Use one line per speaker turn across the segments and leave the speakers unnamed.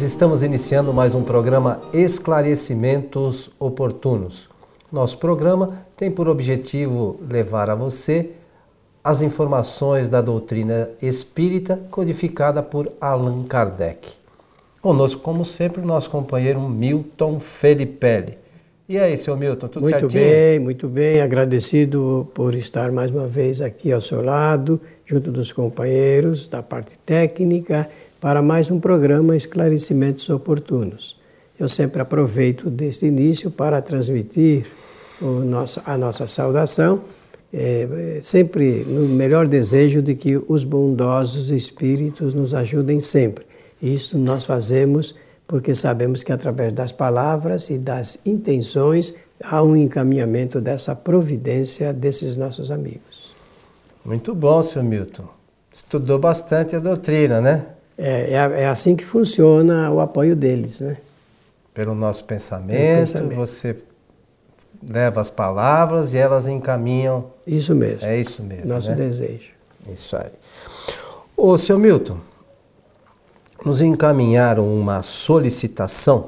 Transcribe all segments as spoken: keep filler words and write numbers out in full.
estamos iniciando mais um programa Esclarecimentos Oportunos. Nosso programa tem por objetivo levar a você as informações da doutrina espírita codificada por Allan Kardec. Conosco, como sempre, o nosso companheiro Milton Felipelli. E aí, seu Milton, tudo
muito
certinho?
Muito bem, muito bem. Agradecido por estar mais uma vez aqui ao seu lado, junto dos companheiros da parte técnica, para mais um programa Esclarecimentos Oportunos. Eu sempre aproveito deste início para transmitir o nosso, a nossa saudação, é, sempre no melhor desejo de que os bondosos espíritos nos ajudem sempre. Isso nós fazemos porque sabemos que através das palavras e das intenções há um encaminhamento dessa providência desses nossos amigos.
Muito bom, senhor Milton. Estudou bastante a doutrina, né?
É, é, é assim que funciona o apoio deles, né?
Pelo nosso pensamento, pensamento, você leva as palavras e elas encaminham.
Isso mesmo.
É isso mesmo,
Nosso
né?
desejo.
Isso aí. Ô, seu Milton, nos encaminharam uma solicitação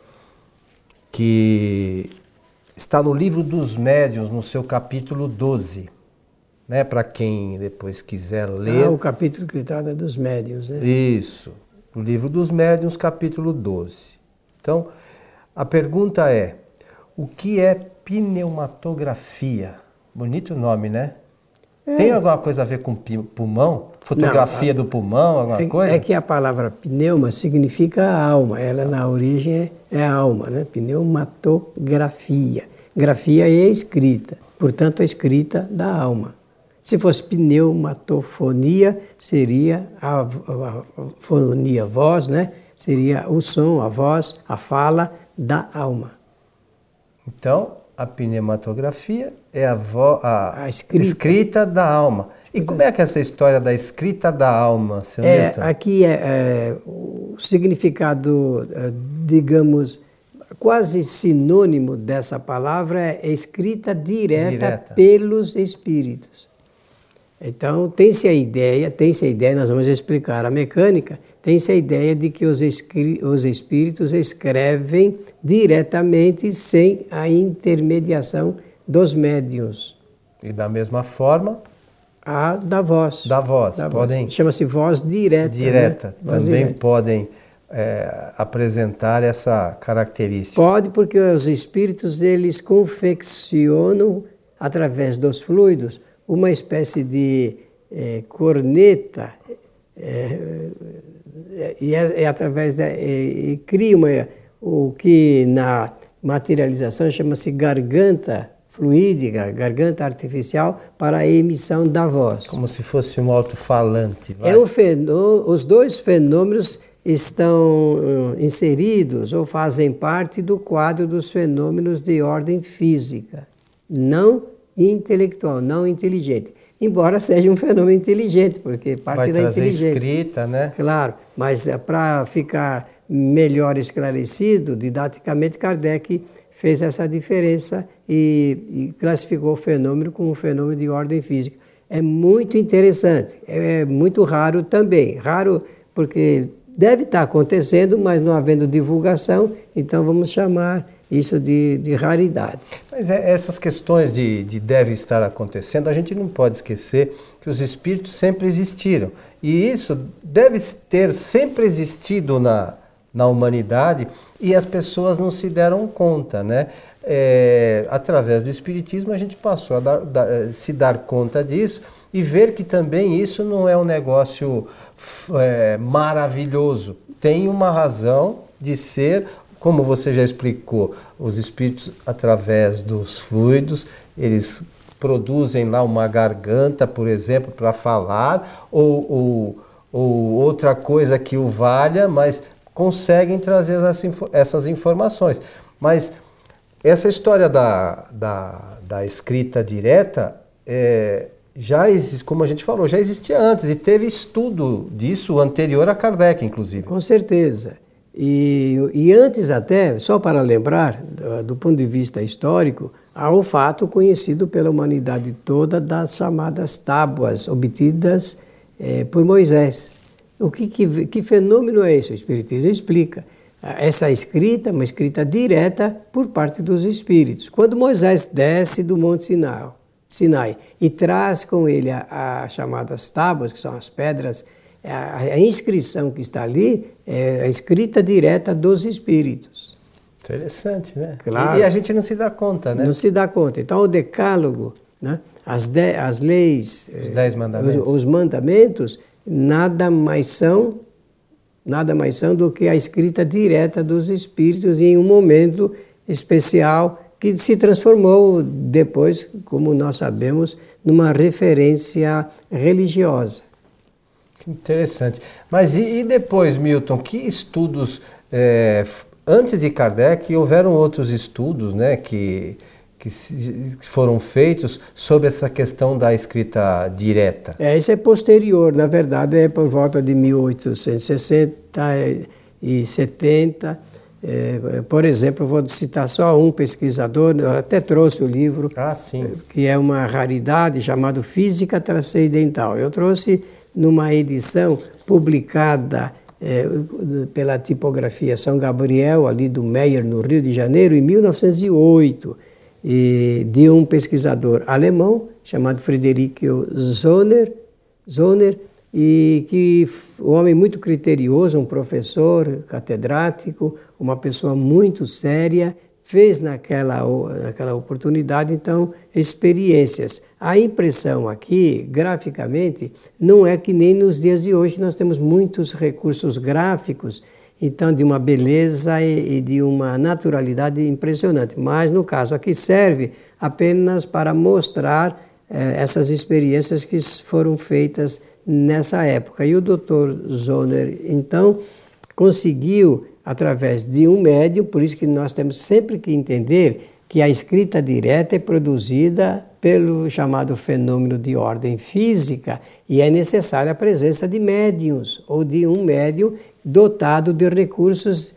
que está no Livro dos Médiuns, no seu capítulo doze. Né, para quem depois quiser ler.
Ah, o capítulo que trata dos médiuns, né?
Isso, o Livro dos Médiuns, capítulo doze. Então, a pergunta é, o que é pneumatografia? Bonito nome, né? É. Tem alguma coisa a ver com pulmão? Fotografia Não, a, do pulmão, alguma
é,
coisa?
É que a palavra pneuma significa alma, ela na origem é, é alma, né? Pneumatografia. Grafia é escrita, portanto a escrita da alma. Se fosse pneumatofonia, seria a, a, a fonia, voz, né? Seria o som, a voz, a fala da alma.
Então, a pneumatografia é a, vo, a,
a escrita.
escrita da alma. E como é que é essa história da escrita da alma, seu
é,
Milton?
Aqui é, é o significado, é, digamos, quase sinônimo dessa palavra é escrita direta, direta. pelos espíritos. Então, tem-se a ideia, tem-se a ideia, nós vamos explicar a mecânica, tem-se a ideia de que os, os espíritos escrevem diretamente sem a intermediação dos médiuns.
E da mesma forma?
A da voz.
Da voz, da podem...
Voz. Chama-se voz direta.
Direta,
né?
também
voz direta.
podem é, apresentar essa característica.
Pode, porque os espíritos, eles confeccionam, através dos fluidos, uma espécie de é, corneta, é, e, é, é através da, e, e cria uma, o que na materialização chama-se garganta fluídica, garganta artificial, para a emissão da voz.
Como se fosse um alto-falante.
É um fenô, os dois fenômenos estão uh, inseridos ou fazem parte do quadro dos fenômenos de ordem física, não intelectual, não inteligente. Embora seja um fenômeno inteligente, porque parte
Vai
da
trazer
inteligência.
escrita, né?
Claro, mas é para ficar melhor esclarecido, didaticamente Kardec fez essa diferença e, e classificou o fenômeno como um fenômeno de ordem física. É muito interessante, é muito raro também. Raro porque deve estar acontecendo, mas não havendo divulgação, então vamos chamar isso de, de raridade.
Mas é, essas questões de, de deve estar acontecendo, a gente não pode esquecer que os espíritos sempre existiram. E isso deve ter sempre existido na, na humanidade e as pessoas não se deram conta, né? É, através do espiritismo a gente passou a dar, da, se dar conta disso e ver que também isso não é um negócio é, maravilhoso. Tem uma razão de ser. Como você já explicou, os espíritos, através dos fluidos, eles produzem lá uma garganta, por exemplo, para falar, ou, ou, ou outra coisa que o valha, mas conseguem trazer essas informações. Mas essa história da, da, da escrita direta, é, já existe, como a gente falou, já existia antes, e teve estudo disso anterior a Kardec, inclusive.
Com certeza. E, e antes até, só para lembrar, do, do ponto de vista histórico, há um fato conhecido pela humanidade toda das chamadas tábuas obtidas eh, por Moisés. O que, que, que fenômeno é esse? O Espiritismo explica. Essa escrita, uma escrita direta por parte dos Espíritos. Quando Moisés desce do Monte Sinai, Sinai e traz com ele as chamadas tábuas, que são as pedras, a, a inscrição que está ali é a escrita direta dos Espíritos.
Interessante, né?
Claro.
E, e a gente não se dá conta, né?
Não se dá conta. Então, o decálogo, né? as, de, as leis,
os dez mandamentos,
os, os mandamentos, nada mais são, nada mais são do que a escrita direta dos Espíritos em um momento especial que se transformou depois, como nós sabemos, numa referência religiosa.
Que interessante. Mas e, e depois, Milton, que estudos, é, antes de Kardec, houveram outros estudos, né, que, que foram feitos sobre essa questão da escrita direta?
É, isso é posterior, na verdade, é por volta de mil oitocentos e sessenta e setenta. É, por exemplo, eu vou citar só um pesquisador, eu até trouxe o livro,
ah, sim.
que é uma raridade, chamado Física Transcendental. Eu trouxe numa edição publicada é, pela tipografia São Gabriel, ali do Meyer, no Rio de Janeiro, em mil novecentos e oito, e de um pesquisador alemão chamado Friedrich Zoner, Zoner, e que um homem muito criterioso, um professor catedrático, uma pessoa muito séria, fez naquela, naquela oportunidade, então, experiências. A impressão aqui, graficamente, não é que nem nos dias de hoje, nós temos muitos recursos gráficos, então, de uma beleza e de uma naturalidade impressionante. Mas, no caso aqui, serve apenas para mostrar eh, essas experiências que foram feitas nessa época. E o doutor Zoner, então, conseguiu, através de um médium, por isso que nós temos sempre que entender que a escrita direta é produzida pelo chamado fenômeno de ordem física e é necessária a presença de médiums ou de um médium dotado de recursos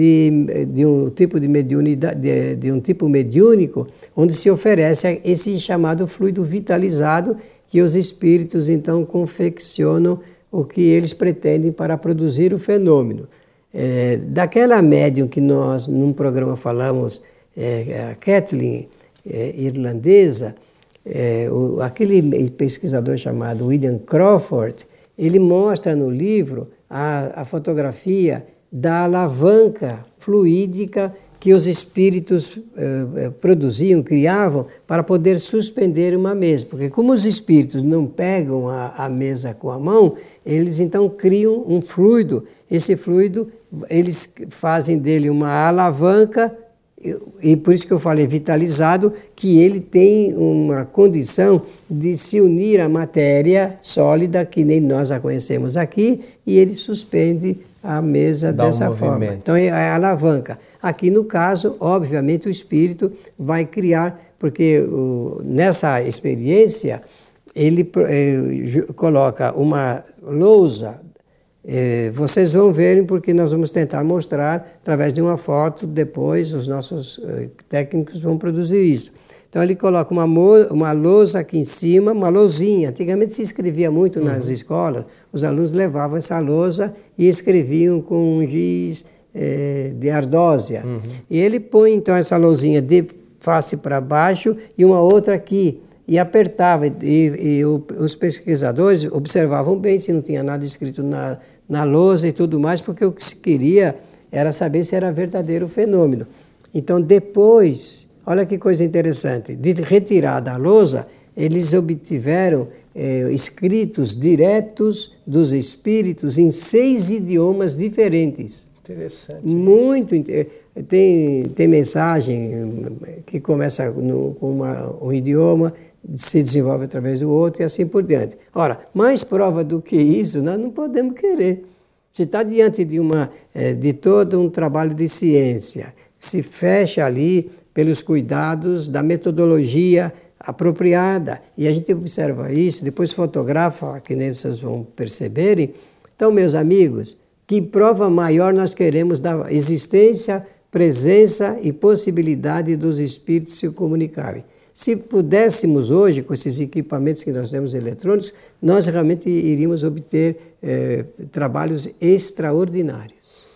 de, de um tipo de mediunidade, de, de um tipo mediúnico, onde se oferece esse chamado fluido vitalizado que os espíritos então confeccionam o que eles pretendem para produzir o fenômeno. É, daquela médium que nós, num programa, falamos, é, a Kathleen, é, irlandesa, é, o, aquele pesquisador chamado William Crawford, ele mostra no livro a, a fotografia da alavanca fluídica que os espíritos eh, produziam, criavam, para poder suspender uma mesa. Porque como os espíritos não pegam a, a mesa com a mão, eles então criam um fluido. Esse fluido, eles fazem dele uma alavanca, e, e por isso que eu falei vitalizado, que ele tem uma condição de se unir à matéria sólida, que nem nós a conhecemos aqui, e ele suspende a mesa
Dá
dessa
um
forma.
movimento.
Então é a alavanca. Aqui no caso, obviamente, o espírito vai criar, porque o, nessa experiência ele eh, coloca uma lousa, eh, vocês vão verem porque nós vamos tentar mostrar através de uma foto, depois os nossos eh, técnicos vão produzir isso. Então ele coloca uma, uma lousa aqui em cima, uma lousinha. Antigamente se escrevia muito uhum. nas escolas, os alunos levavam essa lousa e escreviam com um giz eh, de ardósia. Uhum. E ele põe então essa lousinha de face para baixo e uma outra aqui, e apertava. E, e o, os pesquisadores observavam bem se não tinha nada escrito na, na lousa e tudo mais, porque o que se queria era saber se era verdadeiro o fenômeno. Então depois... Olha que coisa interessante, de retirar da lousa, eles obtiveram eh, escritos diretos dos espíritos em seis idiomas diferentes.
Interessante.
Muito, tem, tem mensagem que começa no, com uma, um idioma, se desenvolve através do outro e assim por diante. Ora, mais prova do que isso, nós não podemos querer. Se está diante de, uma, eh, de todo um trabalho de ciência, se fecha ali pelos cuidados da metodologia apropriada. E a gente observa isso, depois fotografa, que nem vocês vão perceberem. Então, meus amigos, que prova maior nós queremos da existência, presença e possibilidade dos espíritos se comunicarem? Se pudéssemos hoje, com esses equipamentos que nós temos eletrônicos, nós realmente iríamos obter eh, trabalhos extraordinários.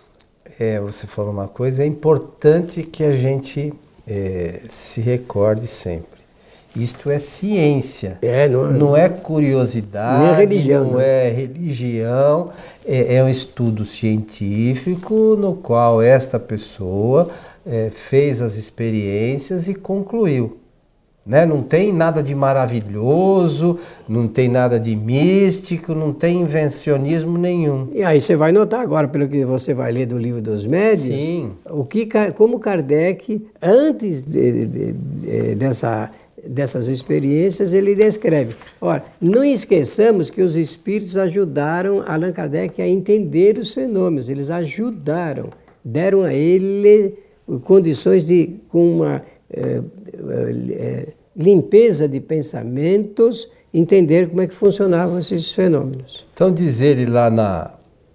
É, você falou uma coisa, é importante que a gente é, se recorde sempre. Isto é ciência,
é, não,
não é curiosidade,
nem é religião,
não é religião, é, é um estudo científico no qual esta pessoa é, fez as experiências e concluiu. Né? Não tem nada de maravilhoso, não tem nada de místico, não tem invencionismo nenhum.
E aí você vai notar agora, pelo que você vai ler do Livro dos Médiuns,
Sim.
O que, como Kardec, antes de, de, de, dessa, dessas experiências, ele descreve. Ora, não esqueçamos que os espíritos ajudaram Allan Kardec a entender os fenômenos, eles ajudaram, deram a ele condições de, com uma é, é, limpeza de pensamentos, entender como é que funcionavam esses fenômenos.
Então diz ele lá na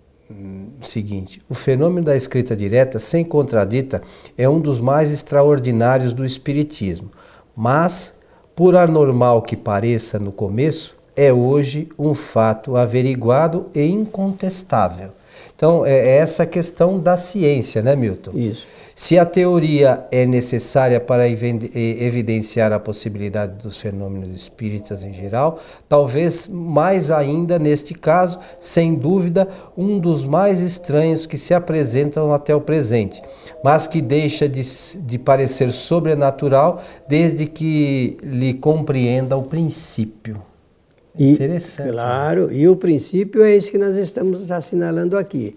o seguinte: o fenômeno da escrita direta, sem contradita, é um dos mais extraordinários do espiritismo, mas, por anormal que pareça no começo, é hoje um fato averiguado e incontestável. Então é essa questão da ciência, né, Milton?
Isso.
Se a teoria é necessária para evidenciar a possibilidade dos fenômenos espíritas em geral, talvez mais ainda neste caso, sem dúvida, um dos mais estranhos que se apresentam até o presente, mas que deixa de, de parecer sobrenatural desde que lhe compreenda o princípio.
E,
Interessante.
Claro, né? E o princípio é esse que nós estamos assinalando aqui.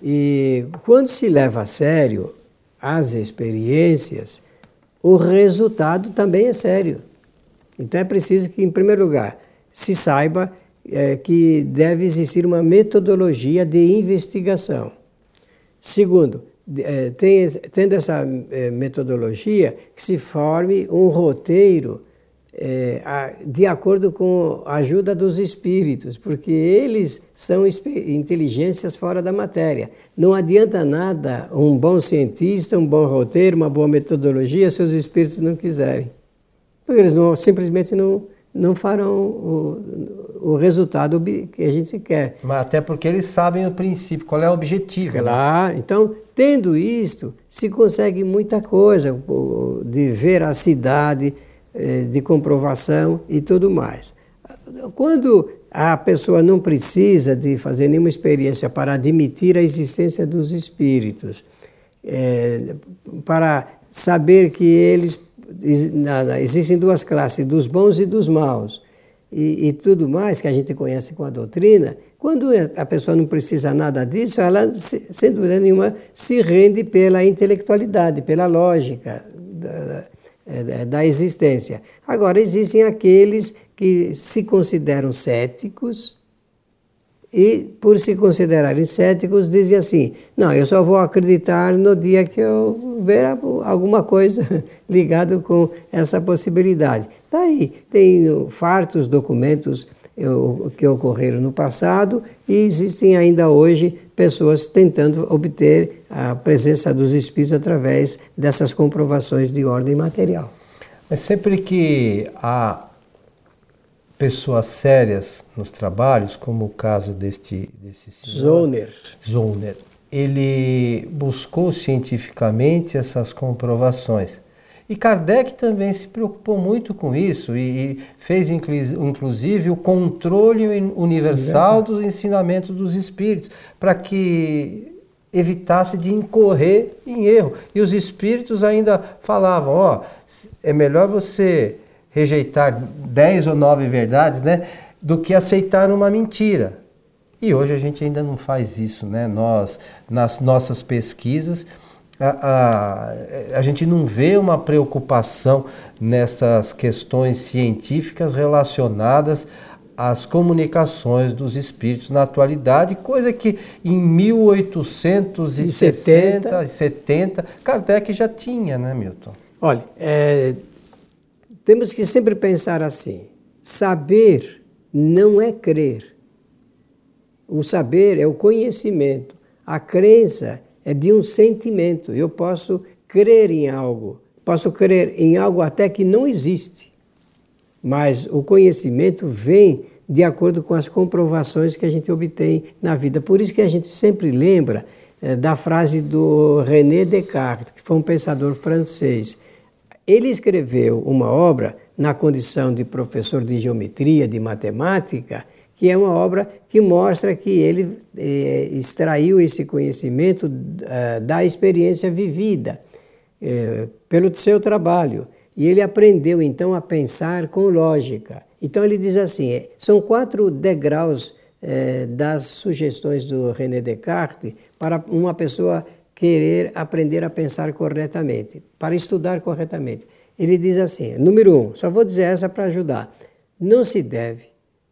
E quando se leva a sério as experiências, o resultado também é sério. Então é preciso que, em primeiro lugar, se saiba é, que deve existir uma metodologia de investigação. Segundo, é, tem, tendo essa é, metodologia, que se forme um roteiro É, a, de acordo com a ajuda dos espíritos, porque eles são inteligências fora da matéria. Não adianta nada um bom cientista, um bom roteiro, uma boa metodologia, se os espíritos não quiserem. Porque eles não, simplesmente não, não farão o, o resultado que a gente quer.
Mas até porque eles sabem o princípio, qual é o objetivo.
Claro, né? Então, tendo isto, se consegue muita coisa de veracidade, de comprovação e tudo mais. Quando a pessoa não precisa de fazer nenhuma experiência para admitir a existência dos espíritos, é, para saber que eles, existem duas classes, dos bons e dos maus, e, e tudo mais que a gente conhece com a doutrina, quando a pessoa não precisa nada disso, ela, sem dúvida nenhuma, se rende pela intelectualidade, pela lógica da, da existência. Agora, existem aqueles que se consideram céticos e, por se considerarem céticos, dizem assim: não, eu só vou acreditar no dia que eu ver alguma coisa ligada com essa possibilidade. Daí, tem fartos documentos que ocorreram no passado e existem ainda hoje pessoas tentando obter a presença dos espíritos através dessas comprovações de ordem material.
Mas sempre que há pessoas sérias nos trabalhos, como o caso deste, desse senhor,
Zollner.
Zollner, ele buscou cientificamente essas comprovações. E Kardec também se preocupou muito com isso e, e fez inclusive o controle universal do ensinamento dos espíritos, para que evitasse de incorrer em erro. E os espíritos ainda falavam: ó, é melhor você rejeitar dez ou nove verdades, né, do que aceitar uma mentira. E hoje a gente ainda não faz isso, né? Nós, nas nossas pesquisas, A, a, a gente não vê uma preocupação nessas questões científicas relacionadas às comunicações dos espíritos na atualidade, coisa que em mil oitocentos e sessenta, setenta, Kardec já tinha, né, Milton?
Olha, é, temos que sempre pensar assim: saber não é crer. O saber é o conhecimento. A crença é de um sentimento. Eu posso crer em algo, posso crer em algo até que não existe. mas o conhecimento vem de acordo com as comprovações que a gente obtém na vida. Por isso que a gente sempre lembra eh, da frase do René Descartes, que foi um pensador francês. Ele escreveu uma obra na condição de professor de geometria, de matemática, que é uma obra que mostra que ele eh, extraiu esse conhecimento eh, da experiência vivida eh, pelo seu trabalho. E ele aprendeu, então, a pensar com lógica. Então, ele diz assim, são quatro degraus eh, das sugestões do René Descartes para uma pessoa querer aprender a pensar corretamente, para estudar corretamente. Ele diz assim, número um, só vou dizer essa para ajudar, não se deve,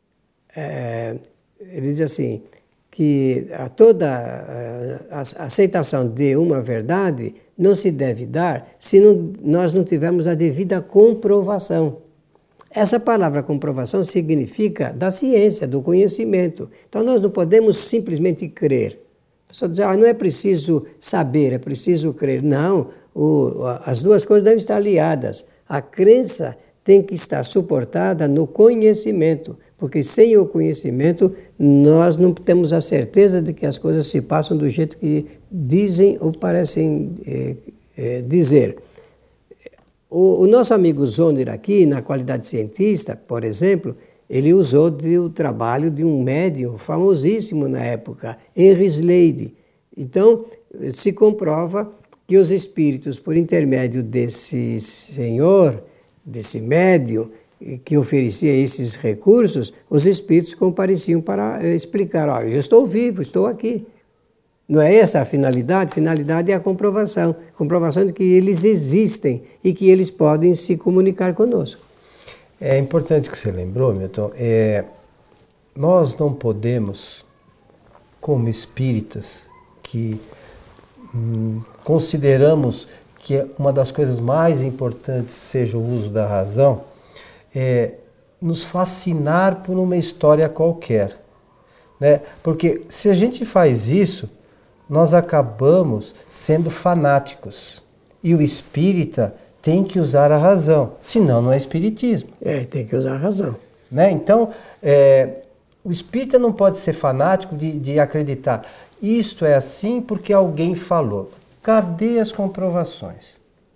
é, ele diz assim, que a toda a, a aceitação de uma verdade não se deve dar se não, nós não tivermos a devida comprovação. Essa palavra comprovação significa da ciência, do conhecimento. Então nós não podemos simplesmente crer. A pessoa diz, ah, não é preciso saber, é preciso crer. Não, o, as duas coisas devem estar aliadas. A crença tem que estar suportada no conhecimento, porque sem o conhecimento nós não temos a certeza de que as coisas se passam do jeito que dizem ou parecem é, é, dizer. O, o nosso amigo Zonner aqui, na qualidade de cientista, por exemplo, ele usou do trabalho de um médium famosíssimo na época, Henry Slade. Então, se comprova que os espíritos, por intermédio desse senhor, desse médium, que oferecia esses recursos, os espíritos compareciam para explicar, olha, eu estou vivo, estou aqui. Não é essa a finalidade? A finalidade é a comprovação, comprovação de que eles existem e que eles podem se comunicar conosco.
É importante que você lembrou, Milton, é, nós não podemos, como espíritas, que hum, consideramos que uma das coisas mais importantes seja o uso da razão, é nos fascinar por uma história qualquer, né? Porque se a gente faz isso, nós acabamos sendo fanáticos. E o espírita tem que usar a razão, senão não é espiritismo.
É, tem que usar a razão.
Né? Então, é, o espírita não pode ser fanático de, de acreditar, isto é assim porque alguém falou. Cadê as comprovações?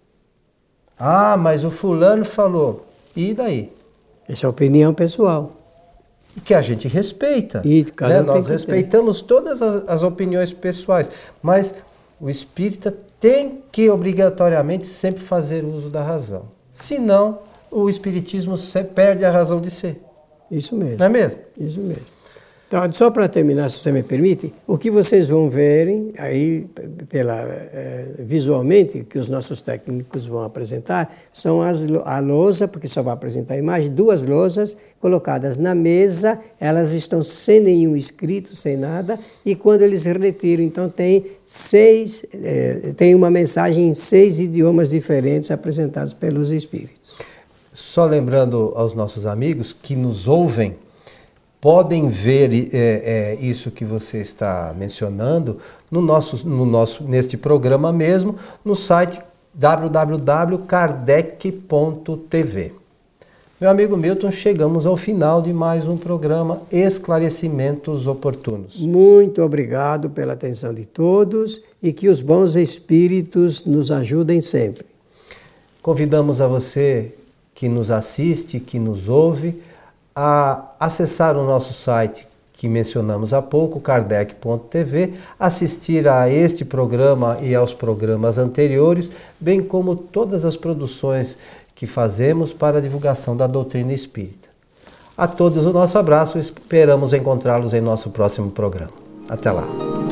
Ah, mas o fulano falou. E daí?
Essa é a opinião pessoal.
Que a gente respeita.
E cada
né?
um
Nós
tem
respeitamos ter. todas as, as opiniões pessoais, mas o espírita tem que obrigatoriamente sempre fazer uso da razão. Senão, o espiritismo perde a razão de ser.
Isso mesmo.
Não é mesmo?
Isso mesmo. Então, só para terminar, se você me permite, o que vocês vão verem aí, pela, é, visualmente, que os nossos técnicos vão apresentar, são as, a lousa, porque só vai apresentar a imagem, duas lousas colocadas na mesa, elas estão sem nenhum escrito, sem nada, e quando eles retiram, então tem seis, é, tem uma mensagem em seis idiomas diferentes apresentados pelos espíritos.
Só lembrando aos nossos amigos que nos ouvem, podem ver é, é, isso que você está mencionando no nosso, no nosso, neste programa mesmo, no site w w w ponto kardec ponto t v. Meu amigo Milton, chegamos ao final de mais um programa Esclarecimentos Oportunos.
Muito obrigado pela atenção de todos e que os bons espíritos nos ajudem sempre.
Convidamos a você que nos assiste, que nos ouve, a acessar o nosso site que mencionamos há pouco, kardec ponto t v, assistir a este programa e aos programas anteriores, bem como todas as produções que fazemos para a divulgação da doutrina espírita. A todos o nosso abraço, esperamos encontrá-los em nosso próximo programa. Até lá!